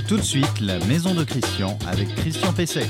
Tout de suite, la maison de Christian avec Christian Pesset.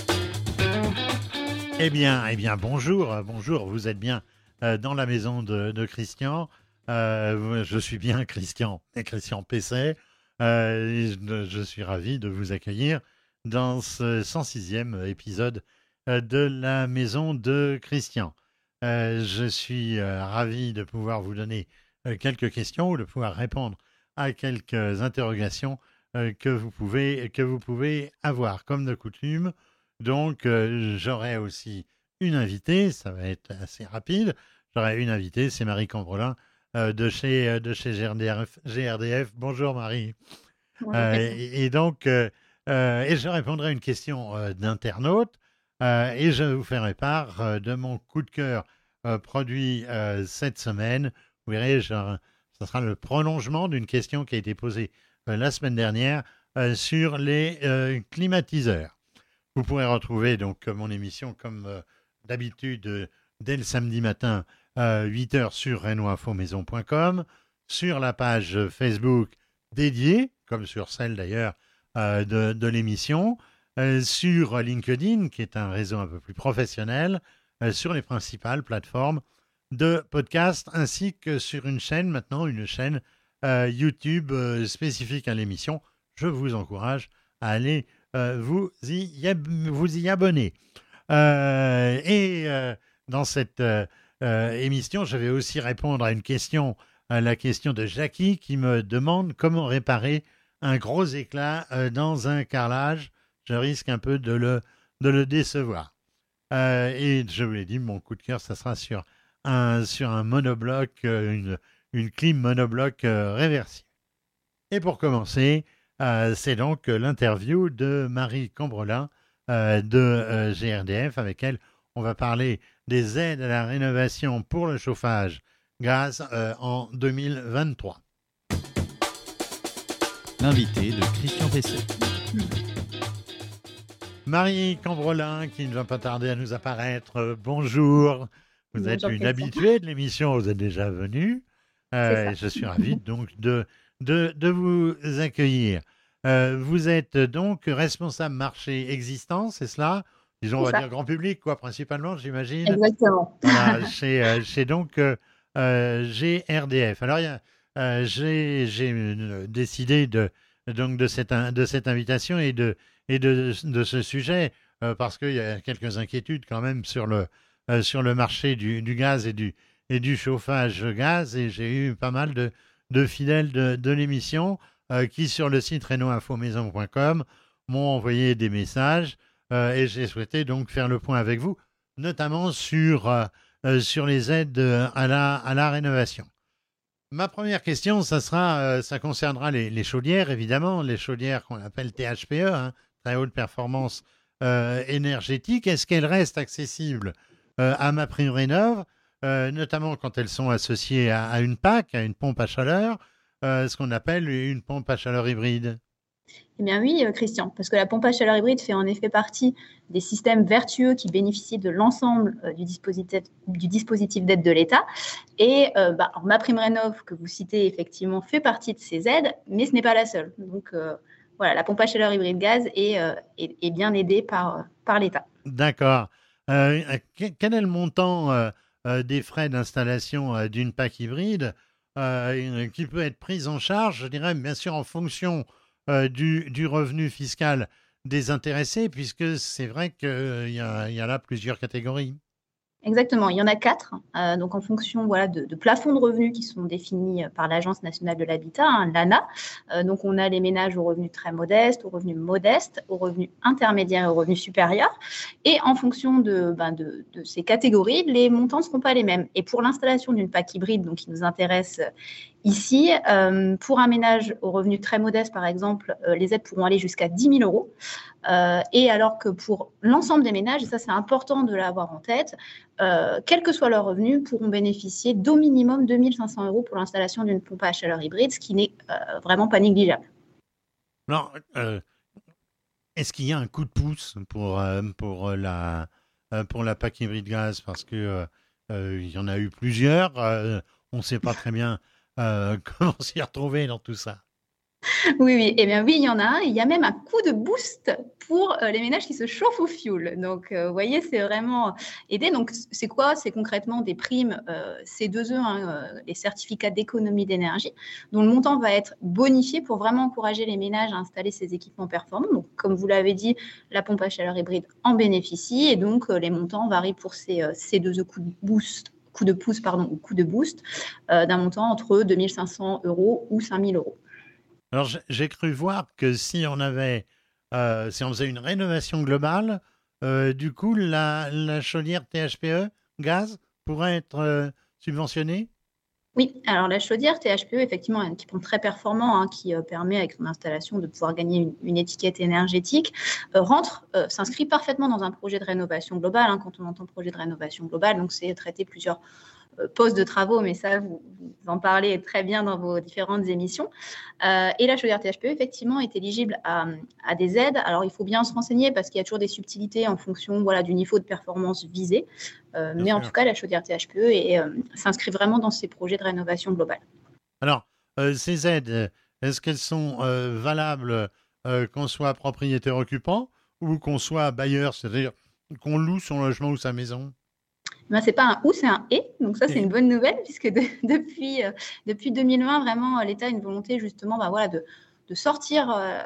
Eh bien, bonjour, vous êtes bien dans la maison de Christian. Je suis bien Christian Pesset. Je suis ravi de vous accueillir dans ce 106e épisode de la maison de Christian. Je suis ravi de pouvoir vous donner quelques questions ou de pouvoir répondre à quelques interrogations que vous pouvez avoir, comme de coutume. Donc, j'aurai aussi une invitée, ça va être assez rapide. J'aurai une invitée, c'est Marie Cambrelin de chez GRDF. Bonjour Marie. Et donc, et je répondrai à une question d'internaute et je vous ferai part de mon coup de cœur produit cette semaine. Vous verrez, ce sera le prolongement d'une question qui a été posée la semaine dernière sur les climatiseurs. Vous pourrez retrouver donc mon émission comme d'habitude dès le samedi matin 8h sur renoinfomaison.com, sur la page Facebook dédiée, comme sur celle d'ailleurs de l'émission, sur LinkedIn, qui est un réseau un peu plus professionnel, sur les principales plateformes de podcast, ainsi que sur une chaîne YouTube spécifique à l'émission. Je vous encourage à aller vous y abonner. Dans cette émission, je vais aussi répondre à la question de Jackie qui me demande comment réparer un gros éclat dans un carrelage. Je risque un peu de le décevoir. Et je vous l'ai dit, mon coup de cœur, ça sera sur un monobloc, une clim monobloc réversible. Et pour commencer, c'est donc l'interview de Marie Cambrelin de GRDF, avec elle on va parler des aides à la rénovation pour le chauffage gaz en 2023. L'invité de Christian Pesset. Marie Cambrelin, qui ne va pas tarder à nous apparaître. Bonjour. Vous êtes une habituée de l'émission, vous êtes déjà venue. Je suis ravi donc de vous accueillir. Vous êtes donc responsable marché existant, c'est cela? Disons, on va dire grand public, quoi, principalement, j'imagine. Exactement. Voilà, chez donc GRDF. Alors, j'ai décidé de cette invitation et de ce sujet parce qu'il y a quelques inquiétudes quand même sur le marché du gaz et du chauffage gaz, et j'ai eu pas mal de fidèles de l'émission qui, sur le site renoinfomaison.com, m'ont envoyé des messages et j'ai souhaité donc faire le point avec vous, notamment sur les aides à la rénovation. Ma première question, ça concernera les chaudières, évidemment, les chaudières qu'on appelle THPE, très haute performance énergétique. Est-ce qu'elles restent accessibles à MaPrimeRénov', notamment quand elles sont associées à une PAC, à une pompe à chaleur, ce qu'on appelle une pompe à chaleur hybride? Eh bien oui, Christian, parce que la pompe à chaleur hybride fait en effet partie des systèmes vertueux qui bénéficient de l'ensemble du dispositif d'aide de l'État. Et MaPrimeRénov', que vous citez effectivement, fait partie de ces aides, mais ce n'est pas la seule. Donc voilà, la pompe à chaleur hybride gaz est bien aidée par l'État. D'accord. Quel est le montant des frais d'installation d'une PAC hybride qui peut être prise en charge, je dirais, bien sûr, en fonction du revenu fiscal des intéressés, puisque c'est vrai qu'il y a là plusieurs catégories. Exactement, il y en a 4, donc en fonction de plafonds de revenus qui sont définis par l'Agence nationale de l'habitat, l'ANA. Donc on a les ménages aux revenus très modestes, aux revenus modestes, aux revenus intermédiaires et aux revenus supérieurs. Et en fonction de ces catégories, les montants ne seront pas les mêmes. Et pour l'installation d'une PAC hybride, donc qui nous intéresse ici, pour un ménage aux revenus très modestes, par exemple, les aides pourront aller jusqu'à 10 000 euros. Et alors que pour l'ensemble des ménages, et ça c'est important de l'avoir en tête, quel que soit leur revenu, pourront bénéficier d'au minimum 2 500 euros pour l'installation d'une pompe à chaleur hybride, ce qui n'est vraiment pas négligeable. Alors, est-ce qu'il y a un coup de pouce pour la PAC hybride gaz? Parce que il y en a eu plusieurs. On ne sait pas très bien comment s'y retrouver dans tout ça. Oui, oui. Eh bien, oui, il y en a un. Il y a même un coup de boost pour les ménages qui se chauffent au fioul. Donc, vous voyez, c'est vraiment aider. Donc, c'est quoi? C'est concrètement des primes C2E, les certificats d'économie d'énergie, dont le montant va être bonifié pour vraiment encourager les ménages à installer ces équipements performants. Donc, comme vous l'avez dit, la pompe à chaleur hybride en bénéficie. Et donc, les montants varient pour ces C2E coup de pouce ou coup de boost d'un montant entre 2 500 € ou 5 000 €. Alors, j'ai cru voir que si on faisait une rénovation globale, du coup, la chaudière THPE gaz pourrait être subventionnée? Oui, alors la chaudière THPE, effectivement, est un équipement très performant qui permet, avec son installation, de pouvoir gagner une étiquette énergétique, s'inscrit parfaitement dans un projet de rénovation globale. Quand on entend projet de rénovation globale, donc c'est traiter plusieurs postes de travaux, mais ça, vous en parlez très bien dans vos différentes émissions. Et la chaudière THPE, effectivement, est éligible à des aides. Alors, il faut bien se renseigner parce qu'il y a toujours des subtilités en fonction du niveau de performance visé. Bien Mais en sûr. tout cas, la chaudière THPE s'inscrit vraiment dans ces projets de rénovation globale. Alors, ces aides, est-ce qu'elles sont valables qu'on soit propriétaire occupant ou qu'on soit bailleur, c'est-à-dire qu'on loue son logement ou sa maison? Ben, c'est pas un ou, c'est un et. Donc ça, c'est Et- une bonne nouvelle puisque depuis 2020, vraiment, l'État a une volonté justement de sortir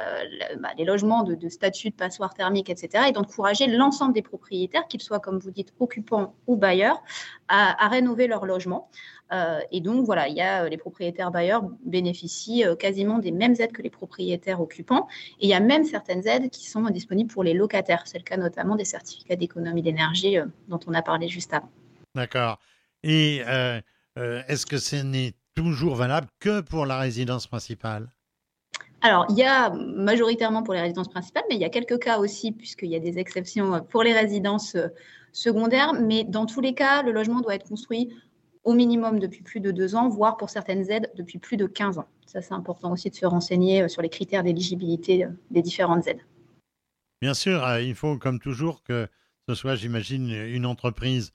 les logements de statut de passoire thermique, etc., et d'encourager l'ensemble des propriétaires, qu'ils soient, comme vous dites, occupants ou bailleurs, à rénover leur logement. Et donc, voilà, les propriétaires bailleurs bénéficient quasiment des mêmes aides que les propriétaires occupants. Et il y a même certaines aides qui sont disponibles pour les locataires. C'est le cas notamment des certificats d'économie d'énergie dont on a parlé juste avant. D'accord. Et est-ce que ce n'est toujours valable que pour la résidence principale? Alors, il y a majoritairement pour les résidences principales, mais il y a quelques cas aussi, puisqu'il y a des exceptions pour les résidences secondaires. Mais dans tous les cas, le logement doit être construit au minimum depuis plus de 2 ans, voire pour certaines aides depuis plus de 15 ans. Ça, c'est important aussi de se renseigner sur les critères d'éligibilité des différentes aides. Bien sûr, il faut comme toujours que ce soit, j'imagine, une entreprise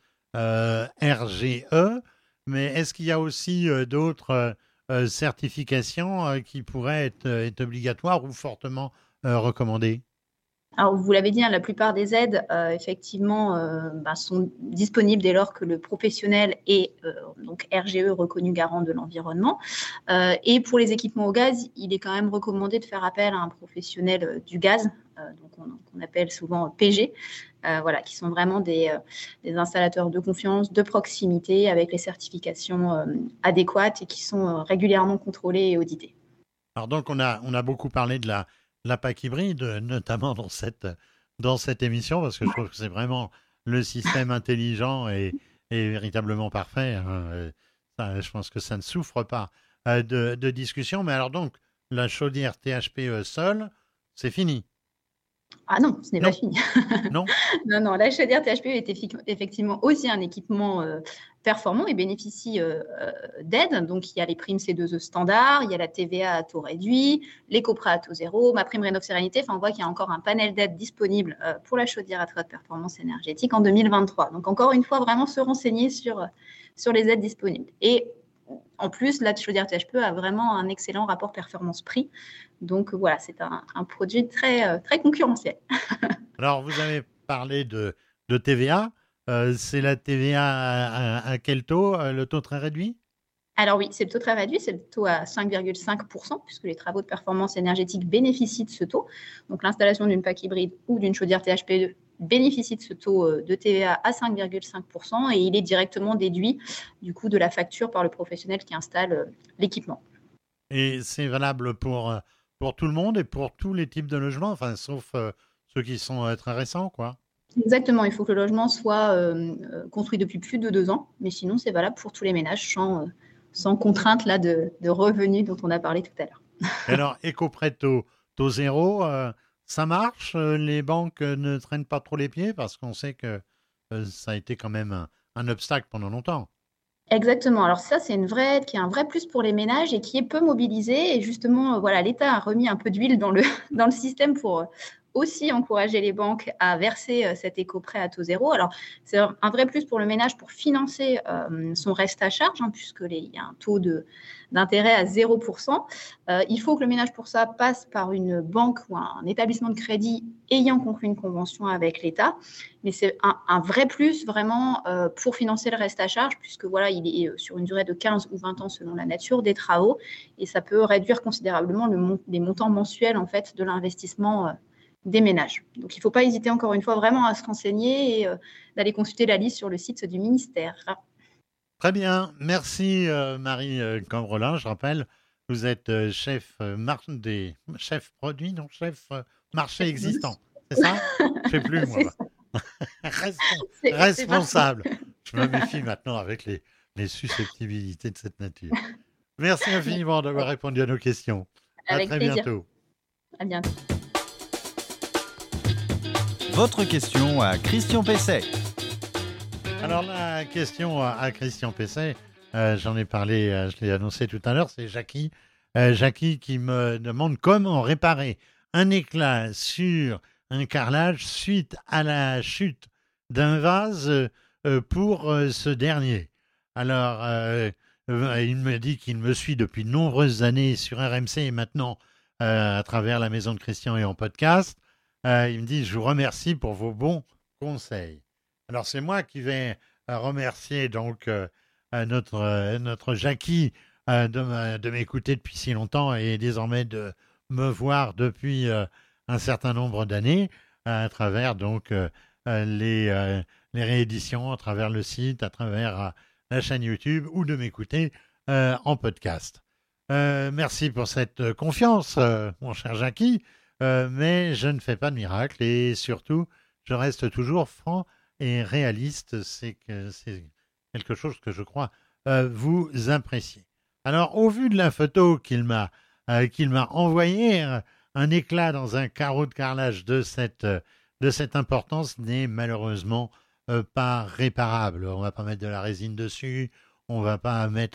RGE, mais est-ce qu'il y a aussi d'autres certifications qui pourraient être obligatoires ou fortement recommandées? Alors, vous l'avez dit, la plupart des aides, effectivement, sont disponibles dès lors que le professionnel est donc RGE reconnu garant de l'environnement. Et pour les équipements au gaz, il est quand même recommandé de faire appel à un professionnel du gaz, donc on appelle souvent PG, qui sont vraiment des installateurs de confiance, de proximité, avec les certifications adéquates et qui sont régulièrement contrôlées et auditées. Alors donc on a beaucoup parlé de la PAC hybride, notamment dans cette émission, parce que je trouve que c'est vraiment le système intelligent et véritablement parfait, hein. Je pense que ça ne souffre pas de discussion. Mais alors donc, la chaudière THPE seule, c'est fini? Ah non, ce n'est pas Non, fini. non? Non, non, la chaudière THPE est effectivement aussi un équipement performant et bénéficie d'aides. Donc, il y a les primes C2E standard, il y a la TVA à taux réduit, l'éco-prêt à taux zéro, ma prime Rénov Sérénité. Enfin, on voit qu'il y a encore un panel d'aides disponibles pour la chaudière à très haute performance énergétique en 2023. Donc, encore une fois, vraiment se renseigner sur les aides disponibles. Et en plus, la chaudière THPE a vraiment un excellent rapport performance-prix. Donc, voilà, c'est un produit très, très concurrentiel. Alors, vous avez parlé de TVA. C'est la TVA à quel taux? Le taux très réduit? Alors oui, c'est le taux très réduit, c'est le taux à 5,5%, puisque les travaux de performance énergétique bénéficient de ce taux. Donc l'installation d'une PAC hybride ou d'une chaudière THPE bénéficie de ce taux de TVA à 5,5%, et il est directement déduit du coût de la facture par le professionnel qui installe l'équipement. Et c'est valable pour tout le monde et pour tous les types de logements, enfin, sauf ceux qui sont très récents, quoi. Exactement, il faut que le logement soit construit depuis plus de 2 ans, mais sinon c'est valable pour tous les ménages sans contrainte de revenus dont on a parlé tout à l'heure. Et alors, éco-prêt taux zéro, ça marche? Les banques ne traînent pas trop les pieds parce qu'on sait que ça a été quand même un obstacle pendant longtemps. Exactement. Alors ça, c'est une vraie aide qui est un vrai plus pour les ménages et qui est peu mobilisée. Et justement, l'État a remis un peu d'huile dans le, dans le système pour aussi encourager les banques à verser cet éco-prêt à taux zéro. Alors, c'est un vrai plus pour le ménage pour financer son reste à charge, puisqu'il y a un taux d'intérêt à 0%. Il faut que le ménage, pour ça, passe par une banque ou un établissement de crédit ayant conclu une convention avec l'État. Mais c'est un vrai plus, vraiment, pour financer le reste à charge, puisque voilà, il est sur une durée de 15 ou 20 ans selon la nature des travaux, et ça peut réduire considérablement les montants mensuels, en fait, de l'investissement des ménages. Donc, il ne faut pas hésiter, encore une fois, vraiment à se renseigner et d'aller consulter la liste sur le site du ministère. Très bien, merci Marie Cambrelin. Je rappelle, vous êtes chef chef produit, non chef marché existant, c'est ça? Je ne sais plus moi. Responsable. Je me méfie maintenant avec les susceptibilités de cette nature. Merci infiniment d'avoir répondu à nos questions. Avec à très plaisir. bientôt. À bientôt. Votre question à Christian Pesset. Alors la question à Christian Pesset, j'en ai parlé, je l'ai annoncé tout à l'heure, c'est Jackie. Jackie qui me demande comment réparer un éclat sur un carrelage suite à la chute d'un vase pour ce dernier. Alors, il me dit qu'il me suit depuis de nombreuses années sur RMC et maintenant à travers la Maison de Christian et en podcast. Il me dit, je vous remercie pour vos bons conseils. Alors, c'est moi qui vais remercier donc notre Jackie de m'écouter depuis si longtemps et désormais de me voir depuis un certain nombre d'années à travers donc les rééditions, à travers le site, à travers la chaîne YouTube ou de m'écouter en podcast. Merci pour cette confiance, mon cher Jackie, mais je ne fais pas de miracle et surtout, je reste toujours franc et réaliste. C'est quelque chose que je crois vous appréciez. Alors, au vu de la photo qu'il m'a envoyée, un éclat dans un carreau de carrelage de cette importance n'est malheureusement pas réparable. On ne va pas mettre de la résine dessus, on ne va pas mettre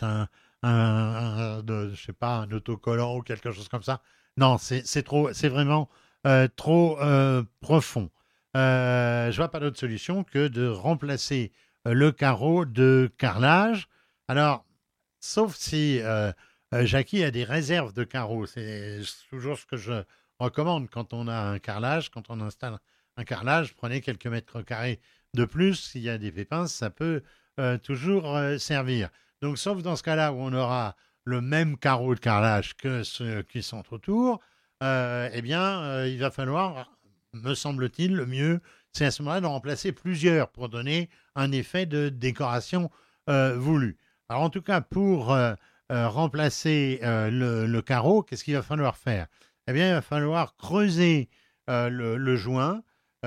je sais pas, un autocollant ou quelque chose comme ça. Non, c'est vraiment trop profond. Je ne vois pas d'autre solution que de remplacer le carreau de carrelage. Alors, sauf si Jackie a des réserves de carreaux. C'est toujours ce que je recommande quand on a un carrelage, quand on installe un carrelage, prenez quelques mètres carrés de plus. S'il y a des pépins, ça peut toujours servir. Donc, sauf dans ce cas-là où on aura le même carreau de carrelage que ceux qui sont autour, eh bien, il va falloir, me semble-t-il, le mieux, c'est à ce moment-là de remplacer plusieurs pour donner un effet de décoration voulu. Alors, en tout cas, pour remplacer le carreau, qu'est-ce qu'il va falloir faire? Eh bien, il va falloir creuser le joint,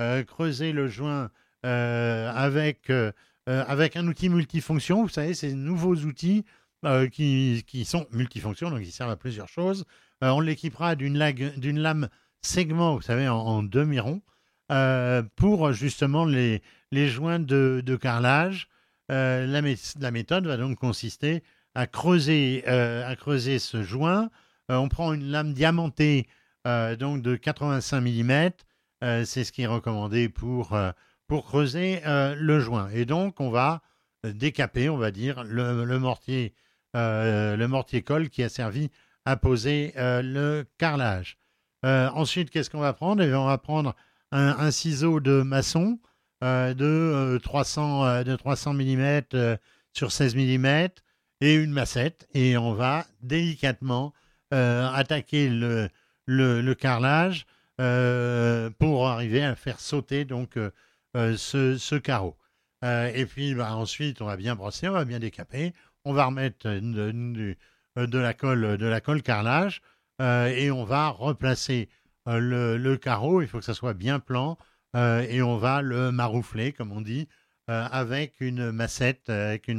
avec un outil multifonction. Vous savez, ces nouveaux outils qui sont multifonctions, donc ils servent à plusieurs choses. On l'équipera d'une lame segment, vous savez, en demi-rond, pour justement les joints de carrelage. La méthode va donc consister à creuser ce joint. On prend une lame diamantée donc de 85 mm. C'est ce qui est recommandé pour creuser le joint. Et donc, on va décaper, on va dire, le mortier colle qui a servi à poser le carrelage. Ensuite, qu'est-ce qu'on va prendre? On va prendre un ciseau de maçon de 300 mm sur 16 mm et une massette. Et on va délicatement attaquer le carrelage pour arriver à faire sauter donc ce carreau. Et puis ensuite, on va bien brosser, on va bien décaper. On va remettre de la colle carrelage et on va replacer le carreau. Il faut que ça soit bien plan et on va le maroufler, comme on dit, avec une massette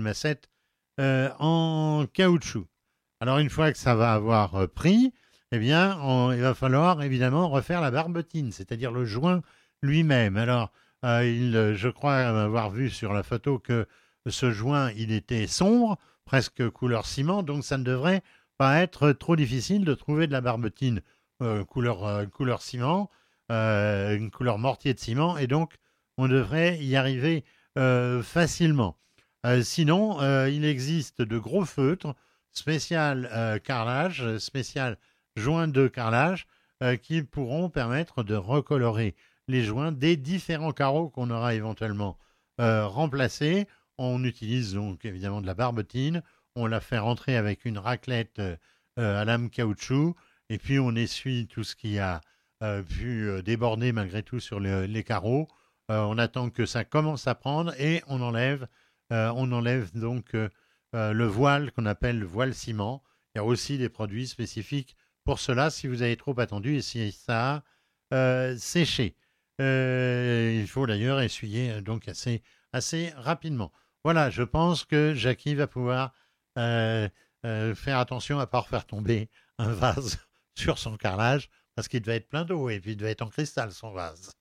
en caoutchouc. Alors, une fois que ça va avoir pris, eh bien, il va falloir évidemment refaire la barbotine, c'est-à-dire le joint lui-même. Alors, je crois avoir vu sur la photo que ce joint, il était sombre, presque couleur ciment, donc ça ne devrait pas être trop difficile de trouver de la barbotine couleur ciment. une couleur mortier de ciment, et donc on devrait y arriver facilement. Sinon, il existe de gros feutres spécial carrelage, spécial joint de carrelage, qui pourront permettre de recolorer les joints des différents carreaux qu'on aura éventuellement remplacés. On utilise donc évidemment de la barbotine, on la fait rentrer avec une raclette à lame caoutchouc, et puis on essuie tout ce qui a pu déborder malgré tout sur les carreaux. On attend que ça commence à prendre et on enlève donc le voile qu'on appelle le voile ciment. Il y a aussi des produits spécifiques pour cela si vous avez trop attendu et si ça a séché. Il faut d'ailleurs essuyer donc assez rapidement. Voilà, je pense que Jackie va pouvoir faire attention à ne pas refaire tomber un vase sur son carrelage parce qu'il devait être plein d'eau et puis il devait être en cristal son vase.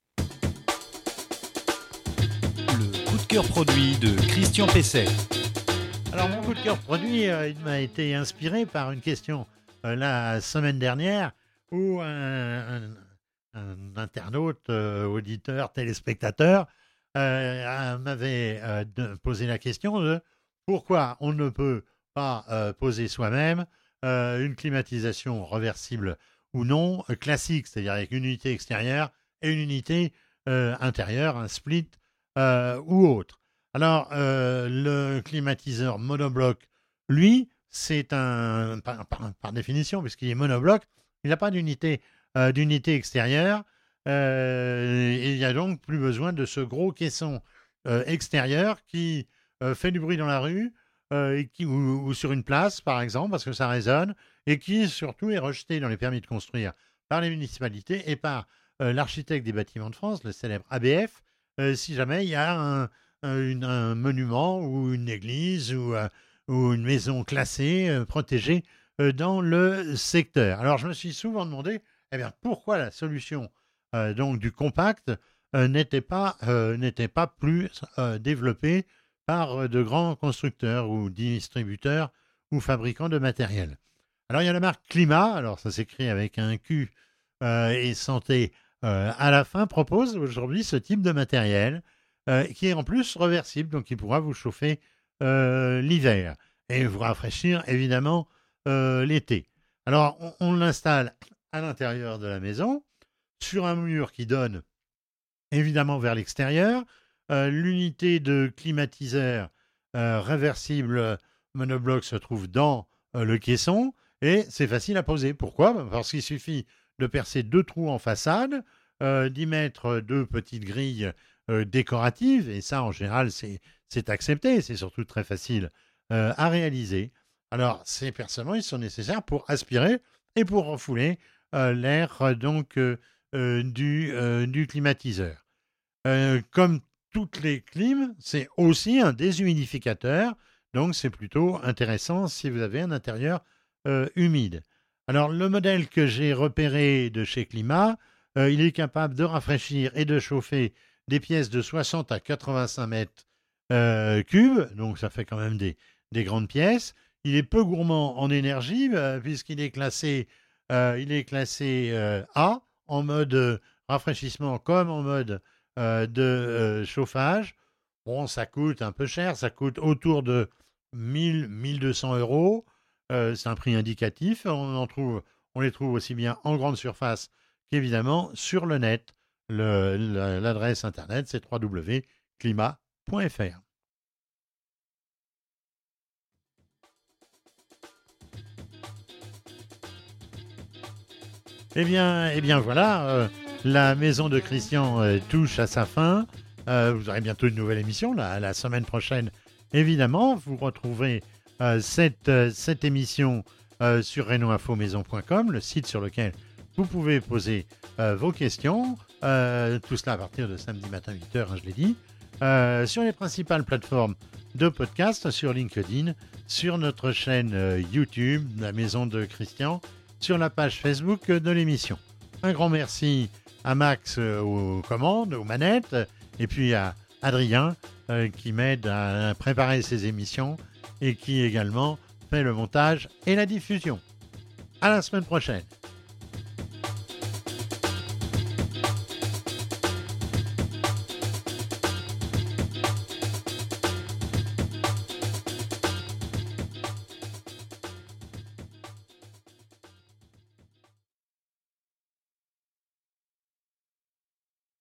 Le coup de cœur produit de Christian Pesset. Alors mon coup de cœur produit, il m'a été inspiré par une question la semaine dernière où un internaute, auditeur, téléspectateur m'avait posé la question de pourquoi on ne peut pas poser soi-même une climatisation reversible ou non, classique, c'est-à-dire avec une unité extérieure et une unité intérieure, un split ou autre. Alors, le climatiseur monobloc, lui, c'est par définition, puisqu'il est monobloc, il n'a pas d'unité extérieure. Il n'y a donc plus besoin de ce gros caisson extérieur qui fait du bruit dans la rue ou sur une place, par exemple, parce que ça résonne, et qui surtout est rejeté dans les permis de construire par les municipalités et par l'architecte des bâtiments de France, le célèbre ABF, si jamais il y a un monument ou une église ou une maison classée, protégée dans le secteur. Alors je me suis souvent demandé pourquoi la solution donc du compact n'était pas plus développée par de grands constructeurs ou distributeurs ou fabricants de matériel. Alors il y a la marque Climat, alors ça s'écrit avec un Q et santé à la fin, propose aujourd'hui ce type de matériel qui est en plus reversible, donc qui pourra vous chauffer l'hiver et vous rafraîchir évidemment l'été. Alors on l'installe à l'intérieur de la maison, sur un mur qui donne évidemment vers l'extérieur. L'unité de climatiseur réversible monobloc se trouve dans le caisson et c'est facile à poser. Pourquoi ? Parce qu'il suffit de percer 2 trous en façade, d'y mettre 2 petites grilles décoratives, et ça en général c'est accepté, c'est surtout très facile à réaliser. Alors ces percements, ils sont nécessaires pour aspirer et pour refouler l'air donc du climatiseur. Comme toutes les clims, c'est aussi un déshumidificateur, donc c'est plutôt intéressant si vous avez un intérieur humide. Alors le modèle que j'ai repéré de chez Climat, il est capable de rafraîchir et de chauffer des pièces de 60 à 85 mètres cubes, donc ça fait quand même des grandes pièces. Il est peu gourmand en énergie puisqu'il est classé A en mode rafraîchissement comme en mode de chauffage. Bon, ça coûte un peu cher, ça coûte autour de 1 200 €. C'est un prix indicatif. On les trouve aussi bien en grande surface qu'évidemment sur le net. L'adresse internet, c'est www.climat.fr. Eh bien voilà, la maison de Christian touche à sa fin. Vous aurez bientôt une nouvelle émission, la semaine prochaine. Évidemment, vous retrouverez cette émission sur renoinfomaison.com, le site sur lequel vous pouvez poser vos questions. Tout cela à partir de samedi matin 8h, je l'ai dit. Sur les principales plateformes de podcast, sur LinkedIn, sur notre chaîne YouTube, la maison de Christian, sur la page Facebook de l'émission. Un grand merci à Max aux commandes, aux manettes, et puis à Adrien qui m'aide à préparer ces émissions et qui également fait le montage et la diffusion. À la semaine prochaine.